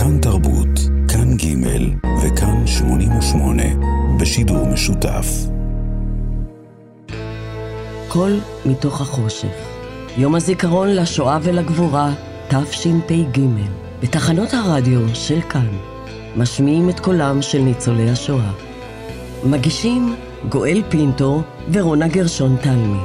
כאן תרבות, כאן ג' וכאן 88 בשידור משותף. קול מתוך החושך. יום הזיכרון לשואה ולגבורה תשפ"ג. בתחנות הרדיו של כאן משמיעים את קולם של ניצולי השואה. מגישים גואל פינטו ורונה גרשון תלמי.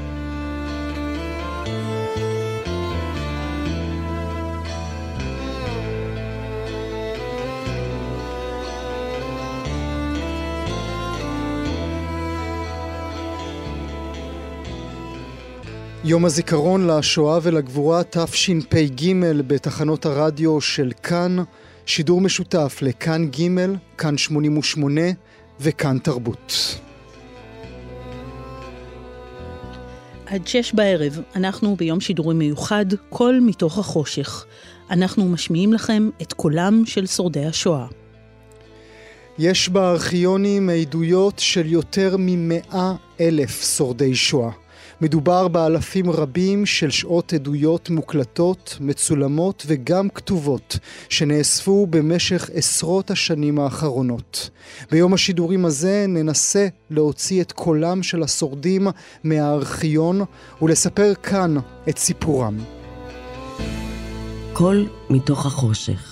יום הזיכרון לשואה ולגבורה תשפ"ג בתחנות הרדיו של כאן, שידור משותף לכאן ג', כאן 88 וכאן תרבות. עד 6 בערב אנחנו ביום שידורי מיוחד, קול מתוך החושך. אנחנו משמיעים לכם את קולם של שורדי השואה. יש בארכיונים עדויות של יותר מ100,000 שורדי שואה. מדובר באלפים רבים של שעות עדויות מוקלטות, מצולמות וגם כתובות שנאספו במשך עשרות השנים האחרונות. ביום השידורים הזה ננסה להוציא את קולם של השורדים מהארכיון ולספר כאן את סיפורם. קול מתוך החושך.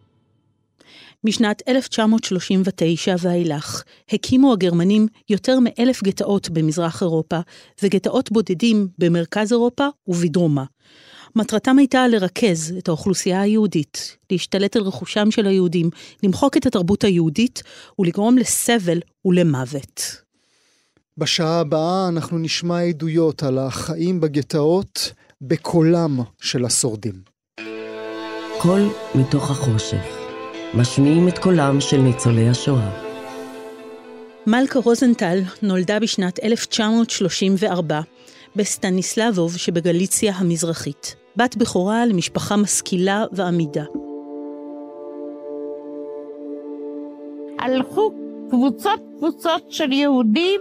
משנת 1939 ואילך הקימו הגרמנים יותר מ1,000 גטאות במזרח אירופה וגטאות בודדים במרכז אירופה ובדרומה. מטרתם הייתה לרכז את האוכלוסייה היהודית, להשתלט על רכושם של היהודים, למחוק את התרבות היהודית ולגרום לסבל ולמוות. בשעה הבאה אנחנו נשמע עדויות על החיים בגטאות בקולם של השורדים. קול מתוך החושך. משמיעים את קולם של ניצולי השואה. מלכה רוזנטל נולדה בשנת 1934 בסטניסלבוב שבגליציה המזרחית. בת בכורה למשפחה משכילה ועמידה. הלכו קבוצות של יהודים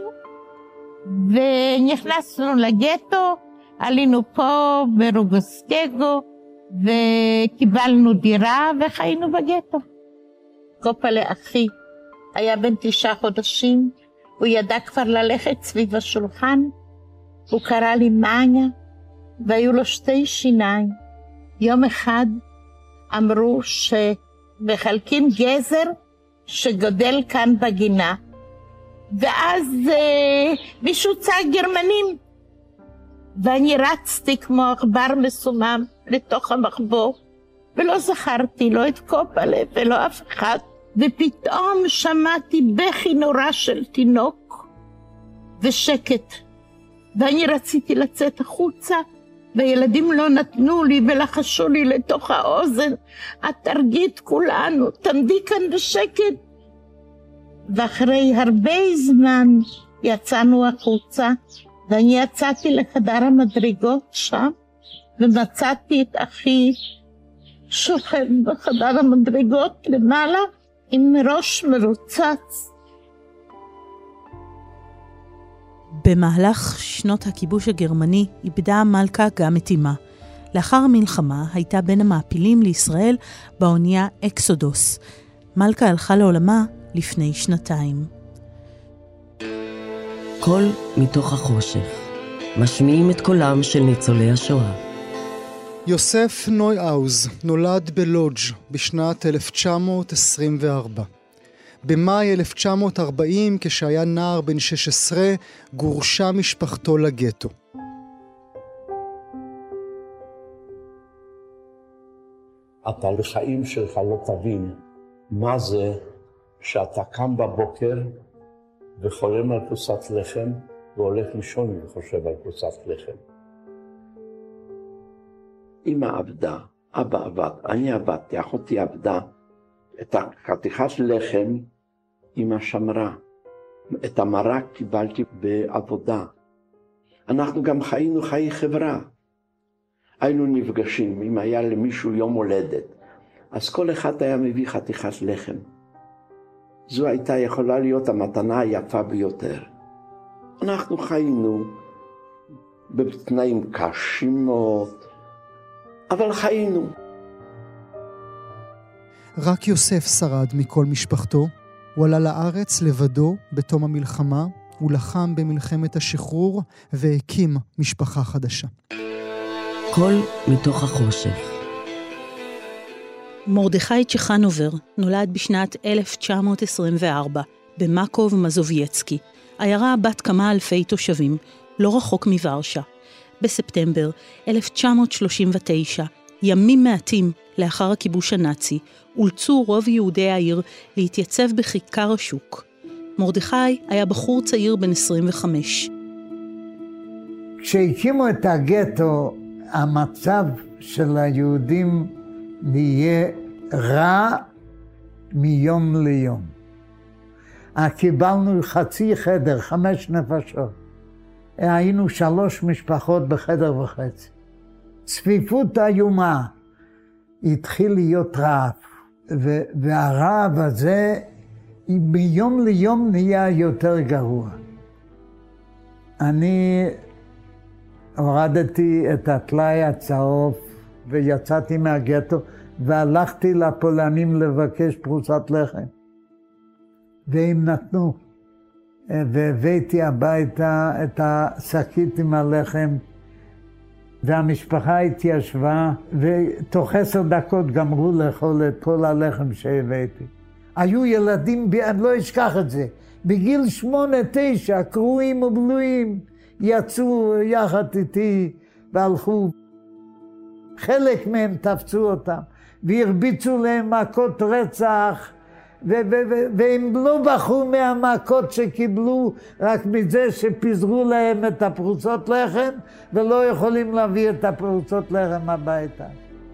ונכנסנו לגטו, עלינו פה ברוגוסקגו וקיבלנו דירה וחיינו בגטו. קופלה אחי היה בן 9 חודשים, הוא ידע כבר ללכת סביב השולחן, הוא קרא לי מניה והיו לו 2 שיניים. יום אחד אמרו שמחלקים גזר שגודל כאן בגינה, ואז מישהו צעק גרמנים, ואני רצתי כמו עכבר מסומם לתוך המחבור, ולא זכרתי לא את קופלה ולא אף אחד, ופתאום שמעתי בכי נורא של תינוק ושקט, ואני רציתי לצאת החוצה, וילדים לא נתנו לי ולחשו לי לתוך האוזן, את תרגי את כולנו, תמדי כאן בשקט. ואחרי הרבה זמן יצאנו החוצה, ואני יצאתי לחדר המדרגות שם, ומצאתי את אחי שוכב בחדר המדרגות למעלה עם ראש מרוצץ. במהלך שנות הכיבוש הגרמני איבדה מלכה גם את אמה. לאחר המלחמה הייתה בין המעפילים לישראל באונייה אקסודוס. מלכה הלכה לעולמה לפני 2 קול מתוך החושך. משמיעים את קולם של ניצולי השואה. יוסף נויאוז נולד בלודג' בשנת 1924. במאי 1940, כשהיה נער בן 16, גורשה משפחתו לגטו. אתה לחיים שלך לא תבין מה זה שאתה קם בבוקר וחולם על פרוסת לחם והולך לישון וחושב על פרוסת לחם. אמא עבדה, אבא עבד, אני עבדתי, אחותי עבדה. את החתיכת לחם אמא שמרה. את המרק קיבלתי בעבודה. אנחנו גם חיינו חיי חברה. היינו נפגשים, אם היה למישהו יום הולדת, אז כל אחד היה מביא חתיכת לחם. זו הייתה יכולה להיות המתנה היפה ביותר. אנחנו חיינו בתנאים קשים מאוד, אבל חיינו. רק יוסף שרד מכל משפחתו. הוא עלה לארץ לבדו בתום המלחמה, הוא לחם במלחמת השחרור והקים משפחה חדשה. קול מתוך החושך. מרדכי צ'חנובר נולד בשנת 1924 במקוב מזובייצקי, עיירה בת כמה אלפי תושבים, לא רחוק מוורשה. בספטמבר 1939, ימים מעטים לאחר הכיבוש הנאצי, אולצו רוב יהודי העיר להתייצב בכיכר השוק. מרדכי היה בחור צעיר בן 25. כשהקימו את הגטו, המצב של היהודים נהיה רע מיום ליום. קיבלנו חצי חדר, 5 נפשות. היינו 3 משפחות בחדר וחצי. צפיפות איומה. התחיל להיות רעב, והרעב הזה מיום ליום נהיה יותר גרוע. אני הורדתי את הטלאי הצהוב ויצאתי מהגטו והלכתי לפולנים לבקש פרוסת לחם. והם נתנו, והבאתי הביתה את השקית עם הלחם, והמשפחה התיישבה, ותוך 10 דקות גמרו לאכול את כל הלחם שהבאתי. היו ילדים, אני לא אשכח את זה, בגיל 8-9, קרועים ובלויים, יצאו יחד איתי והלכו. חלק מהם תפצו אותם, והרביצו להם מכות רצח, והם לא בחרו מהמכות שקיבלו, רק מזה שפיזרו להם את הפרוסות לחם, ולא יכולים להביא את הפרוסות לחם הביתה.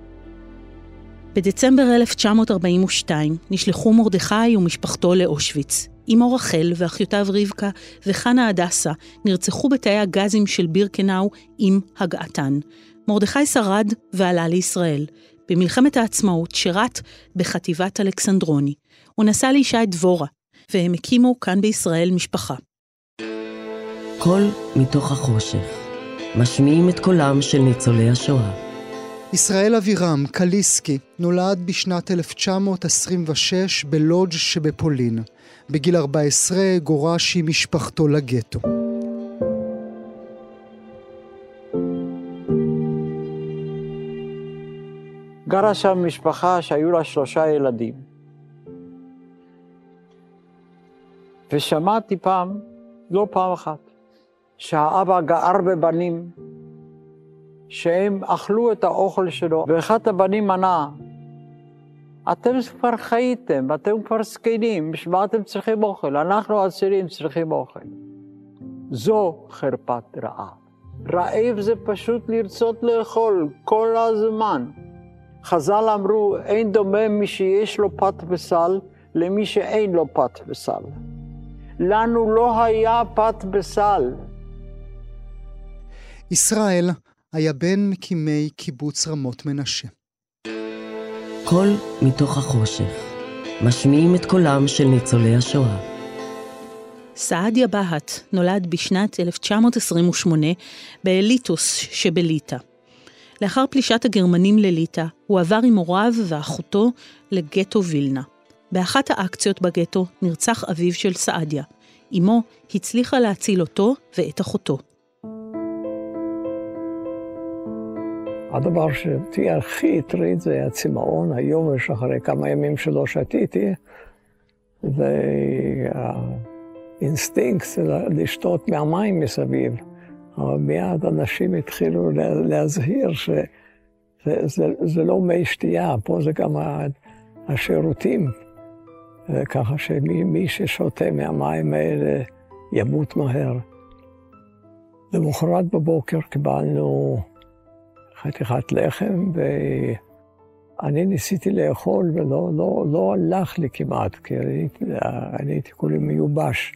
בדצמבר 1942 נשלחו מרדכי ומשפחתו לאושוויץ. אמו רחל ואחיותיו רבקה וחנה הדסה נרצחו בתאי הגזים של בירקנאו עם הגעתן. מרדכי שרד ועלה לישראל. במלחמת העצמאות שירת בחטיבת אלכסנדרוני. הוא נסע לאישה את דבורה, והם הקימו כאן בישראל משפחה. קול מתוך החושך. משמיעים את קולם של ניצולי השואה. ישראל אבירם קליסקי נולד בשנת 1926 בלודג' שבפולין. בגיל 14 גורש עם משפחתו לגטו. גרה שם משפחה שהיו לה 3 ילדים. ושמעתי פעם, לא פעם אחת, שהאבא גער בבנים, שהם אכלו את האוכל שלו, ואחד הבנים ענה, אתם כבר חייתם, אתם כבר זקנים, בשביל מה אתם צריכים אוכל? אנחנו הצעירים צריכים אוכל. זו חרפת רעב. רעב זה פשוט לרצות לאכול כל הזמן. חז"ל אמרו, אין דומה מי שיש לו פת בסל למי שאין לו פת בסל. לנו לא היה פת בסל. ישראל היה בן מקימי קיבוץ רמות מנשה. קול מתוך החושך. משמיעים את קולם של ניצולי השואה. סעדיה בהט נולד בשנת 1928 בליטוס שבליטא. לאחר פלישת הגרמנים לליטא, הוא עבר עם הוריו ואחותו לגטו וילנה. באחת האקציות בגטו נרצח אביו של סעדיה. אמו הצליחה להציל אותו ואת אחותו. הדבר שאותי הכי הטריד זה הצמאון. היום יש אחרי כמה ימים שלא שתיתי, והאינסטינקט לשתות מהמים מסביב. אבל מיד אנשים התחילו להזהיר שזה לא מי שתייה, פה זה גם השירותים. ככה שמי ששותה מהמים האלה ימות מהר. למחרת בבוקר קיבלנו חתיכת לחם, ואני ניסיתי לאכול ולא הלך לי כמעט, כי אני הייתי כולי מיובש.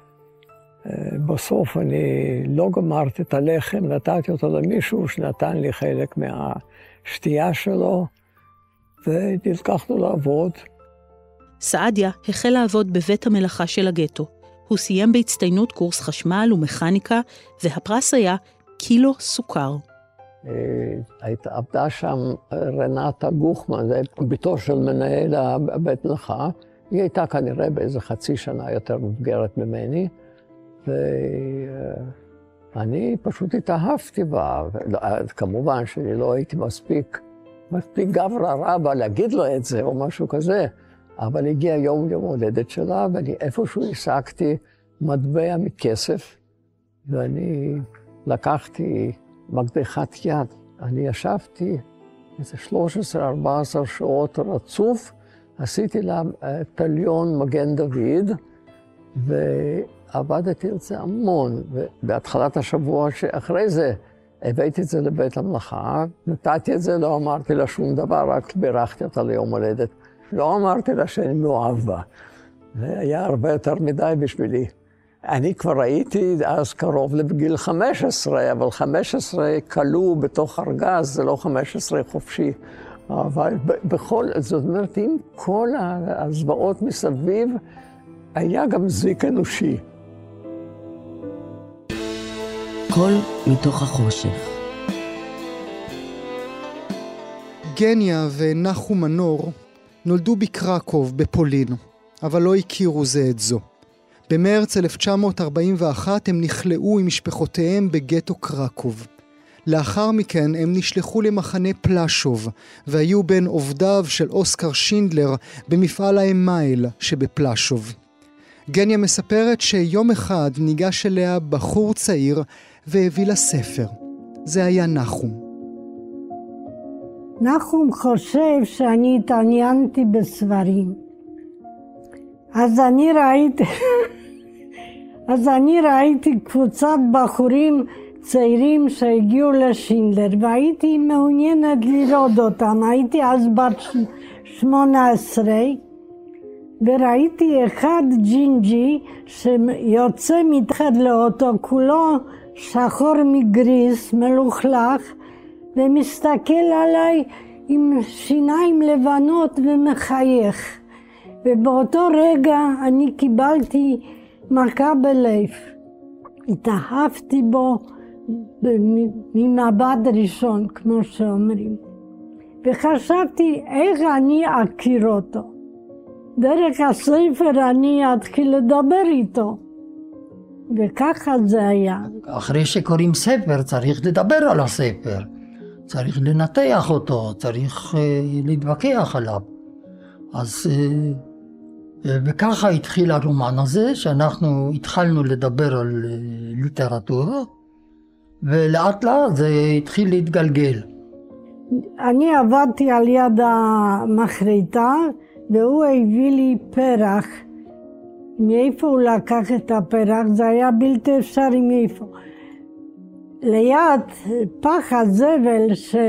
בסוף אני לא גמרתי את הלחם, נתתי אותו למישהו שנתן לי חלק מהשתייה שלו, ונלקחנו לעבוד. סעדיה החל לעבוד בבית המלאכה של הגטו. הוא סיים בהצטיינות קורס חשמל ומכניקה, והפרס היה קילו סוכר. עבדה שם רנטה גוחמן, זה ביתו של מנהל הבית מלאכה. היא הייתה כנראה באיזה חצי שנה יותר מבוגרת ממני, ואני פשוט התאהבתי בה. כמובן שאני לא הייתי מספיק גברא רבא להגיד לו את זה או משהו כזה, אבל הגיע יום הולדת שלה, ואני איפשהו השגתי מטבע מכסף, ואני לקחתי מקדחת יד. אני ישבתי איזה 13-14 שעות רצוף, עשיתי לה תליון מגן דוד, ועבדתי על זה המון. ובהתחלת השבוע שאחרי זה הבאתי את זה לבית המלאכה, נתתי את זה, לא אמרתי לה שום דבר, רק בירכתי אותה ליום הולדת. לא אמרתי לה שאני מאוהב בה. זה היה הרבה יותר מדי בשבילי. אני כבר הייתי אז קרוב לגיל 15, אבל 15 כלוא בתוך ארגז, זה לא 15 חופשי. אבל זאת אומרת, עם כל הזוועות מסביב, היה גם זיק אנושי. קול מתוך החושך. גניה ונחום מנור נולדו בקרקוב בפולין, אבל לא הכירו זה את זו. במרץ 1941 הם נכלאו עם משפחותיהם בגטו קרקוב. לאחר מכן הם נשלחו למחנה פלשוב, והיו בין עובדיו של אוסקר שינדלר במפעל האמייל שבפלשוב. גניה מספרת שיום אחד ניגש אליה בחור צעיר והביא לה ספר. זה היה נחום. נחום חושב שאני התעניינתי בספרים. אז אני ראיתי קבוצת בחורים צעירים שהגיעו לשינדלר, והייתי מעוניינת לראות אותם. הייתי אז בת 18, וראיתי אחד ג'ינג'י שיוצא מתחת לאוטו, כולו שחור מגריס, מלוכלך, ומסתכל עליי עם שיניים לבנות ומחייך. ובאותו רגע אני קיבלתי מכה בלב. התאהבתי בו ממבט ראשון, כמו שאומרים. וחשבתי איך אני אכיר אותו. דרך הספר אני אתחיל לדבר איתו. וככה זה היה. אחרי שקוראים ספר צריך לדבר על הספר. צריך לנתח אותו, צריך להתווכח עליו. אז וככה התחיל הרומן הזה, שאנחנו התחלנו לדבר על ליטרטורה, ולאט לאט זה התחיל להתגלגל. אני עבדתי על יד המחרטה, והוא הביא לי פרח. מאיפה הוא לקח את הפרח? זה היה בלתי אפשרי מאיפה. ליד פח הזבל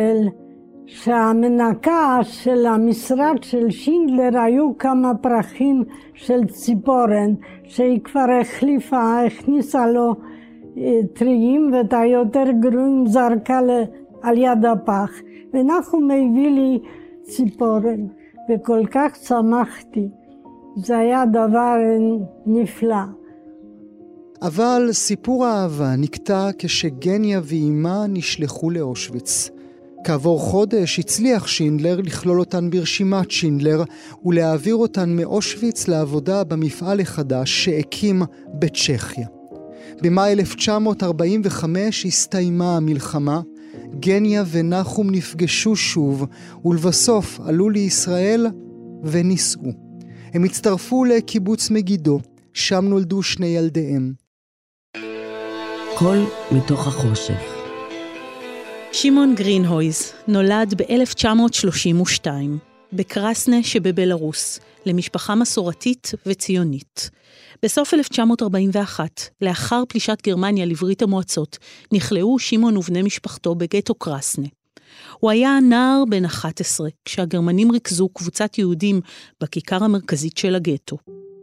שהמנקה של המשרד של שינדלר היו כמה פרחים של ציפורן, שהיא כבר הכניסה לו טריים, ואת היותר גרועים זרקה על יד הפח. ונחום הביא לי ציפורן, וכל כך שמחתי. זה היה דבר נפלא. אבל סיפור האהבה נקטע כשגניה ואימה נשלחו לאושוויץ. כעבור חודש הצליח שינדלר לכלול אותן ברשימת שינדלר ולהעביר אותן מאושוויץ לעבודה במפעל החדש שהקים בצ'כיה. במאי 1945 הסתיימה המלחמה, גניה ונחום נפגשו שוב ולבסוף עלו לישראל ונישאו. הם הצטרפו לקיבוץ מגידו, שם נולדו שני ילדיהם. קול מתוך החושך. שמעון גרינהויז נולד ב-1932 בקרסנה שבבלרוס, למשפחה מסורתית וציונית. בסוף 1941, לאחר פלישת גרמניה לברית המועצות, נכלאו שמעון ובני משפחתו בגטו קרסנה. הוא היה נער בן 11, כשהגרמנים ריכזו קבוצת יהודים בכיכר המרכזית של הגטו.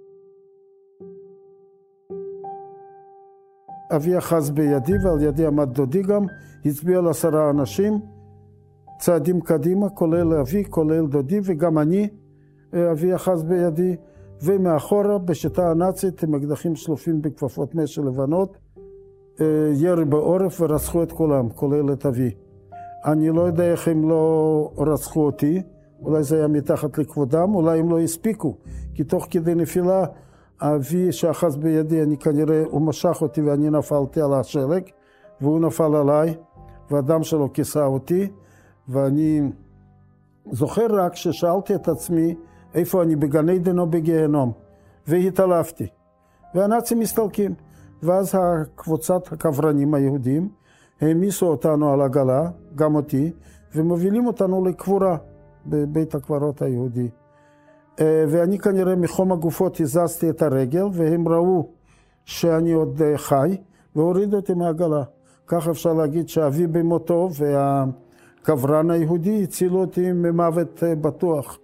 אבי אחז בידי ועל ידי עמד דודי גם, הצביע על 10 אנשים, צעדים קדימה, כולל אבי, כולל דודי וגם אני, אבי אחז בידי, ומאחורה בשיטה הנאצית עם אקדחים שלופים בכפפות משל לבנות, ירי בעורף ורצחו את כולם, כולל את אבי. אני לא יודע איך הם לא רצחו אותי, אולי זה היה מתחת לכבודם, אולי הם לא הספיקו, כי תוך כדי נפילה, אבי שאחז בידי, כנראה הוא משך אותי ואני נפלתי על השלג, והוא נפל עליי, והדם שלו כיסה אותי, ואני זוכר רק ששאלתי את עצמי איפה אני, בגן עדן או בגיהנום, והתעלפתי. והנאצים מסתלקים, ואז הקבוצת הקברנים היהודים העמיסו אותנו על עגלה, גם אותי, ומובילים אותנו לקבורה בבית הקברות היהודי. ואני כנראה מחום הגופות הזזתי את הרגל, והם ראו שאני עוד חי, והורידו אותי מהעגלה. כך אפשר להגיד שאבי במותו והקברן היהודי הצילו אותי ממוות בטוח.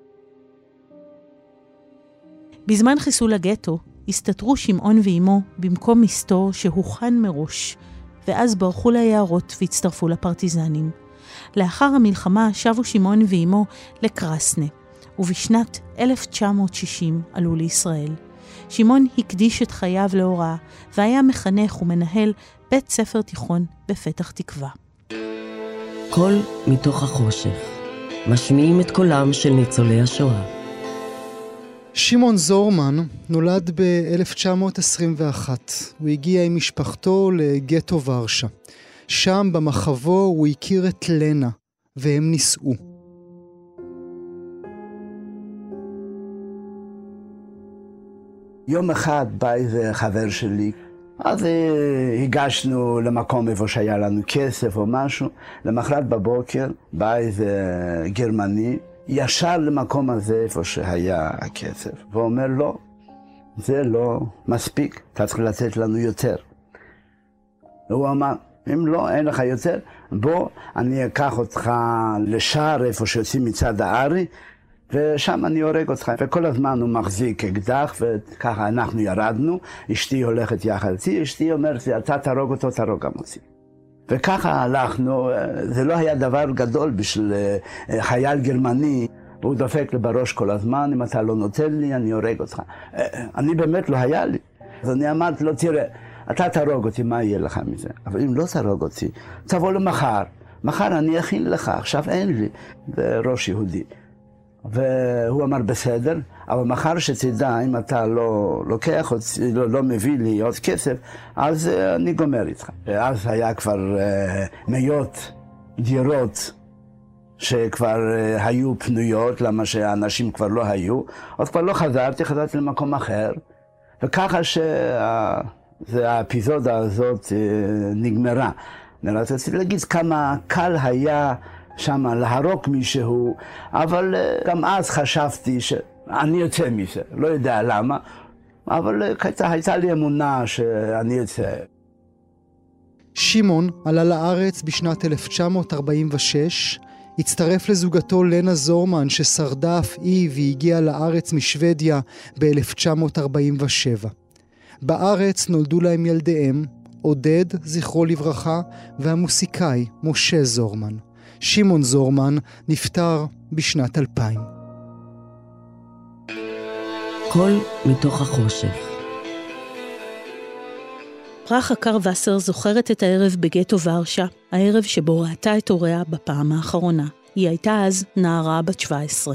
בזמן חיסול הגטו הסתתרו שמעון ואימו במקום מסתור שהוכן מראש, ואז ברחו ליערות והצטרפו לפרטיזנים. לאחר המלחמה שבו שמעון ואימו לקרסנה, ובשנת 1960 עלו לישראל. שמעון הקדיש את חייו להוראה, והיה מחנך ומנהל בית ספר תיכון בפתח תקווה. קול מתוך החושך. משמיעים את קולם של ניצולי השואה. שמעון זורמן נולד ב-1921. הוא הגיע עם משפחתו לגטו ורשה. שם במחבו הוא הכיר את לנה, והם נישאו. יום אחד בא איזה חבר שלי, אז הגשנו למקום איפה שהיה לנו כסף או משהו. למחרת בבוקר בא איזה גרמני, ישר למקום הזה איפה שהיה הכסף, ואומר לו, זה לא מספיק, אתה צריך לתת לנו יותר. והוא אמר, אם לא, אין לך יותר, בוא, אני אקח אותך לשער איפה שיוצאים מצד הארי, ושם אני הורג אותך. וכל הזמן הוא מחזיק אקדח, וככה אנחנו ירדנו, אשתי הולכת יחד איתי, אשתי אומרת, אתה תרוג אותו, תרוג גם אותי. וככה הלכנו, זה לא היה דבר גדול בשביל חייל גרמני, הוא דופק לי בראש כל הזמן, אם אתה לא נותן לי, אני הורג אותך. אני באמת לא היה לי. אז אני אמרתי לו, תראה, אתה תרוג אותי, מה יהיה לך מזה? אבל אם לא תרוג אותי, תבוא למחר. מחר אני אכין לך, עכשיו אין לי. זה ראש יהודי. והוא אמר, בסדר, אבל מחר שתדע, אם אתה לא לוקח אותי, לא מביא לי עוד כסף, אז אני גומר איתך. אז היה כבר מאות דירות שכבר היו פנויות, למה שהאנשים כבר לא היו. אז כבר לא חזרתי למקום אחר, וככה שהאפיזודה הזאת נגמרה. אני רציתי להגיד כמה קל היה שם להרוג מישהו, אבל גם אז חשבתי שאני יוצא מזה, לא יודע למה, אבל הייתה לי אמונה שאני יוצא. שמעון עלה לארץ בשנת 1946, הצטרף לזוגתו לנה זורמן ששרדה אף היא והגיעה לארץ משוודיה ב-1947. בארץ נולדו להם ילדיהם, עודד, זכרו לברכה, והמוסיקאי משה זורמן. שמעון זורמן נפטר בשנת 2000. קול מתוך החושך. רחה קרווסר זוכרת את הערב בגטו ורשה, הערב שבו ראתה את הוריה בפעם האחרונה. היא הייתה אז נערה בת 17.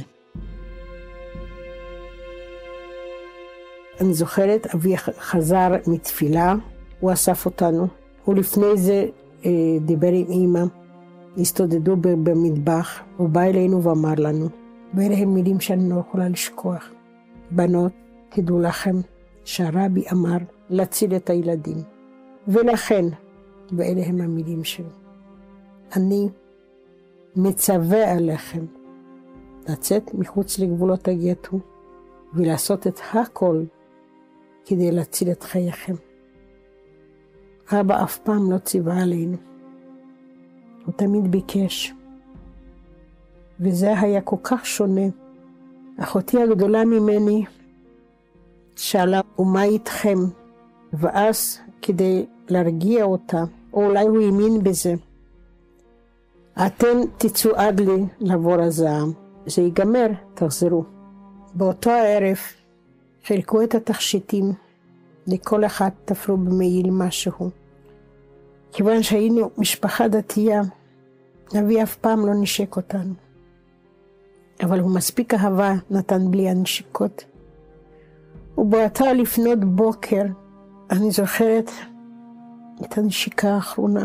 אני זוכרת, אבי חזר מתפילה, הוא אסף אותנו. הוא לפני זה דיבר עם אמא, הסתודדו במטבח, הוא בא אלינו ואמר לנו, ואלה הם מילים שאני לא יכולה לשכוח. בנות, תדעו לכם שהרבי אמר להציל את הילדים. ולכן, ואלה הם המילים שלי, אני מצווה עליכם לצאת מחוץ לגבולות הגטו ולעשות את הכל כדי להציל את חייכם. אבא אף פעם לא ציווה עלינו. הוא תמיד ביקש. וזה היה כל כך שונה. אחותי הגדולה ממני שאלה, ומה איתכם? ואז כדי להרגיע אותה, או אולי הוא האמין בזה, אתם תצאו עד לי לבור הזעם, זה ייגמר, תחזרו. באותו הערב חילקו את התכשיטים, לכל אחד תפרו במעיל משהו. כיוון שהיינו משפחה דתייה, אבי אף פעם לא נשק אותנו. אבל הוא מספיק אהבה נתן בלי הנשיקות. ובאותה לפנות בוקר, אני זוכרת את הנשיקה האחרונה.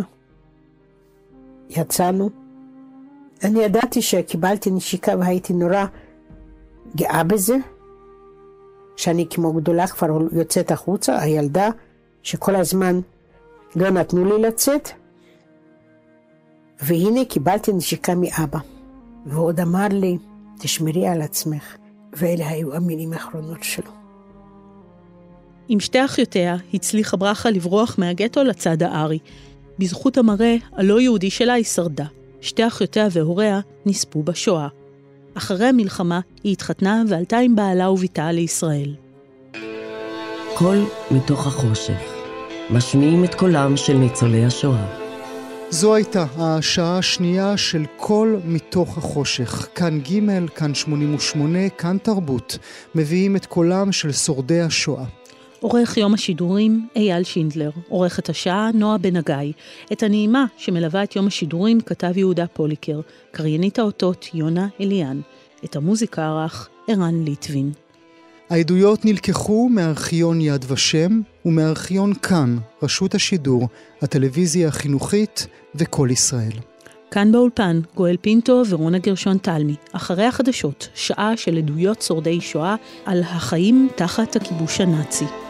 יצאנו. אני ידעתי שקיבלתי נשיקה והייתי נורא גאה בזה. שאני כמו גדולה כבר יוצאת החוצה, הילדה שכל הזמן לא נתנו לי לצאת. והנה קיבלתי נשיקה מאבא. ועוד אמר לי, תשמרי על עצמך. ואלה היו המילים האחרונות שלו. עם שתי אחיותיה הצליחה ברכה לברוח מהגטו לצד הארי. בזכות המראה הלא יהודי שלה היא שרדה. שתי אחיותיה והוריה נספו בשואה. אחרי המלחמה היא התחתנה ועלתה עם בעלה וביתה לישראל. קול מתוך החושך. משמיעים את קולם של ניצולי השואה. זו הייתה השעה השנייה של קול מתוך החושך. כאן ג', כאן 88, כאן תרבות. מביאים את קולם של שורדי השואה. עורך יום השידורים אייל שינדלר, עורכת השעה נועה בן הגיא. את הנעימה שמלווה את יום השידורים כתב יהודה פוליקר, קריינית האותות יונה אליאן. את המוזיקה ערך ערן ליטבין. העדויות נלקחו מארכיון יד ושם ומארכיון כאן, רשות השידור, הטלוויזיה החינוכית וכל ישראל. כאן באולפן גואל פינטו ורונה גרשון תלמי. אחרי החדשות, שעה של עדויות שורדי שואה על החיים תחת הכיבוש הנאצי.